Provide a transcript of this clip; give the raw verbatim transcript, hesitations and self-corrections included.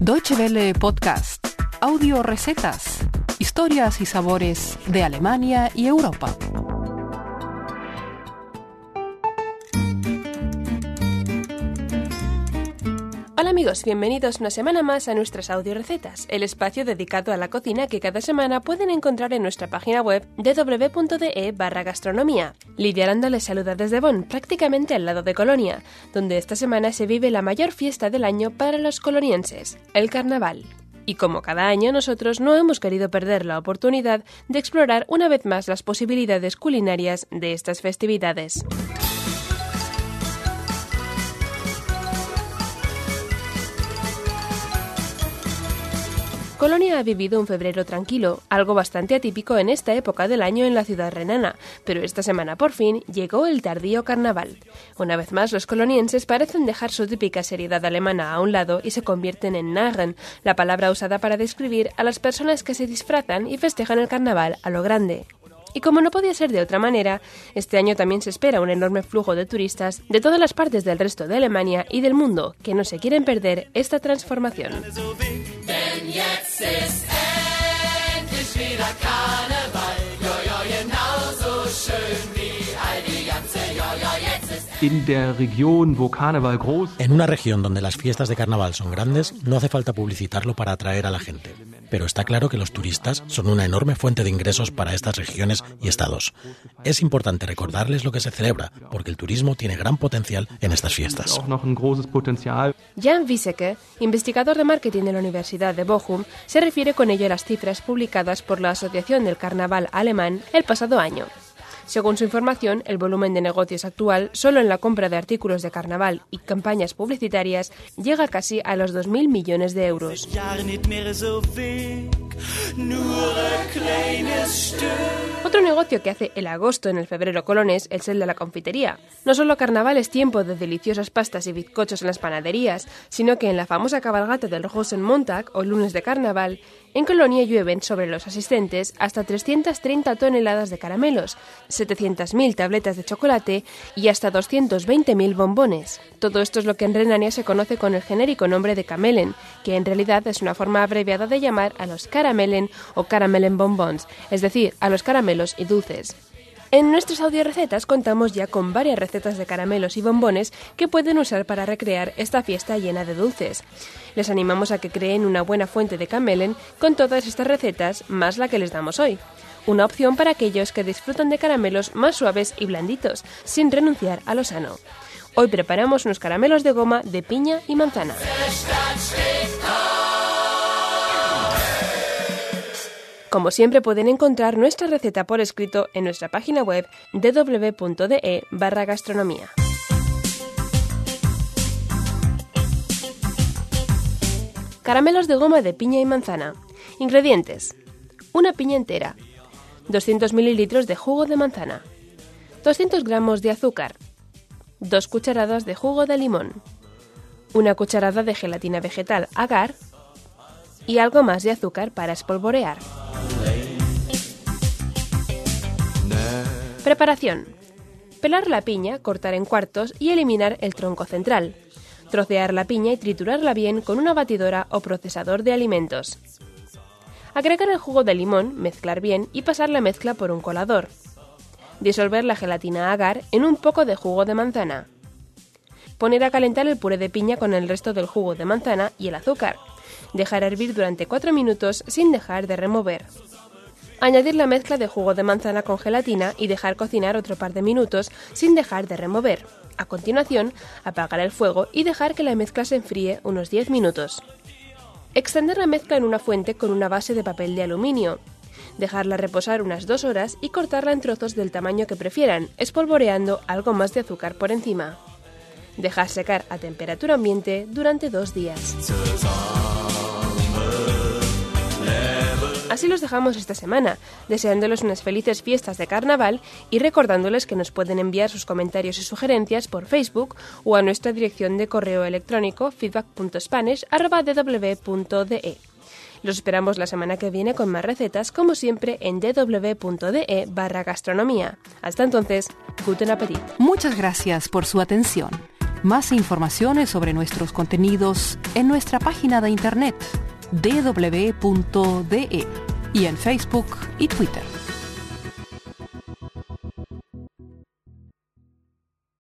Deutsche Welle Podcast. Audio recetas. Historias y sabores de Alemania y Europa. Hola amigos, bienvenidos una semana más a nuestras audiorecetas, el espacio dedicado a la cocina que cada semana pueden encontrar en nuestra página web doble u doble u doble u punto de e barra gastronomía. Lidia Aranda les saluda desde Bonn, prácticamente al lado de Colonia, donde esta semana se vive la mayor fiesta del año para los colonienses, el Carnaval. Y como cada año, nosotros no hemos querido perder la oportunidad de explorar una vez más las posibilidades culinarias de estas festividades. Colonia ha vivido un febrero tranquilo, algo bastante atípico en esta época del año en la ciudad renana, pero esta semana por fin llegó el tardío carnaval. Una vez más, los colonienses parecen dejar su típica seriedad alemana a un lado y se convierten en Narren, la palabra usada para describir a las personas que se disfrazan y festejan el carnaval a lo grande. Y como no podía ser de otra manera, este año también se espera un enorme flujo de turistas de todas las partes del resto de Alemania y del mundo que no se quieren perder esta transformación. En una región donde las fiestas de carnaval son grandes, no hace falta publicitarlo para atraer a la gente. Pero está claro que los turistas son una enorme fuente de ingresos para estas regiones y estados. Es importante recordarles lo que se celebra, porque el turismo tiene gran potencial en estas fiestas. Jan Wieseke, investigador de marketing de la Universidad de Bochum, se refiere con ello a las cifras publicadas por la Asociación del Carnaval Alemán el pasado año. Según su información, el volumen de negocios actual, solo en la compra de artículos de carnaval y campañas publicitarias, llega casi a los dos mil millones de euros. Otro negocio que hace el agosto en el febrero colonés es el de la confitería. No solo carnaval es tiempo de deliciosas pastas y bizcochos en las panaderías, sino que en la famosa cabalgata del Rosenmontag o lunes de carnaval, en Colonia llueven sobre los asistentes hasta trescientas treinta toneladas de caramelos, setecientas mil tabletas de chocolate y hasta doscientos veinte mil bombones. Todo esto es lo que en Renania se conoce con el genérico nombre de Kamellen, que en realidad es una forma abreviada de llamar a los Karamellen o Karamellen Bonbons, es decir, a los caramelos y dulces. En nuestras audiorecetas contamos ya con varias recetas de caramelos y bombones que pueden usar para recrear esta fiesta llena de dulces. Les animamos a que creen una buena fuente de Kamellen con todas estas recetas, más la que les damos hoy. Una opción para aquellos que disfrutan de caramelos más suaves y blanditos, sin renunciar a lo sano. Hoy preparamos unos caramelos de goma de piña y manzana. Como siempre pueden encontrar nuestra receta por escrito en nuestra página web doble u doble u doble u punto de e barra gastronomía. Caramelos de goma de piña y manzana. Ingredientes: una piña entera, doscientos mililitros de jugo de manzana, doscientos gramos de azúcar, dos cucharadas de jugo de limón, una cucharada de gelatina vegetal agar y algo más de azúcar para espolvorear. Preparación: pelar la piña, cortar en cuartos y eliminar el tronco central. Trocear la piña y triturarla bien con una batidora o procesador de alimentos. Agregar el jugo de limón, mezclar bien y pasar la mezcla por un colador. Disolver la gelatina agar en un poco de jugo de manzana. Poner a calentar el puré de piña con el resto del jugo de manzana y el azúcar. Dejar hervir durante cuatro minutos sin dejar de remover. Añadir la mezcla de jugo de manzana con gelatina y dejar cocinar otro par de minutos sin dejar de remover. A continuación, apagar el fuego y dejar que la mezcla se enfríe unos diez minutos. Extender la mezcla en una fuente con una base de papel de aluminio. Dejarla reposar unas dos horas y cortarla en trozos del tamaño que prefieran, espolvoreando algo más de azúcar por encima. Dejar secar a temperatura ambiente durante dos días. Así los dejamos esta semana, deseándoles unas felices fiestas de carnaval y recordándoles que nos pueden enviar sus comentarios y sugerencias por Facebook o a nuestra dirección de correo electrónico feedback punto spanish arroba doble u doble u doble u punto de e. Los esperamos la semana que viene con más recetas, como siempre, en doble u doble u doble u punto de e barra gastronomía. Hasta entonces, guten Appetit. Muchas gracias por su atención. Más informaciones sobre nuestros contenidos en nuestra página de internet d w punto d e y en Facebook y Twitter.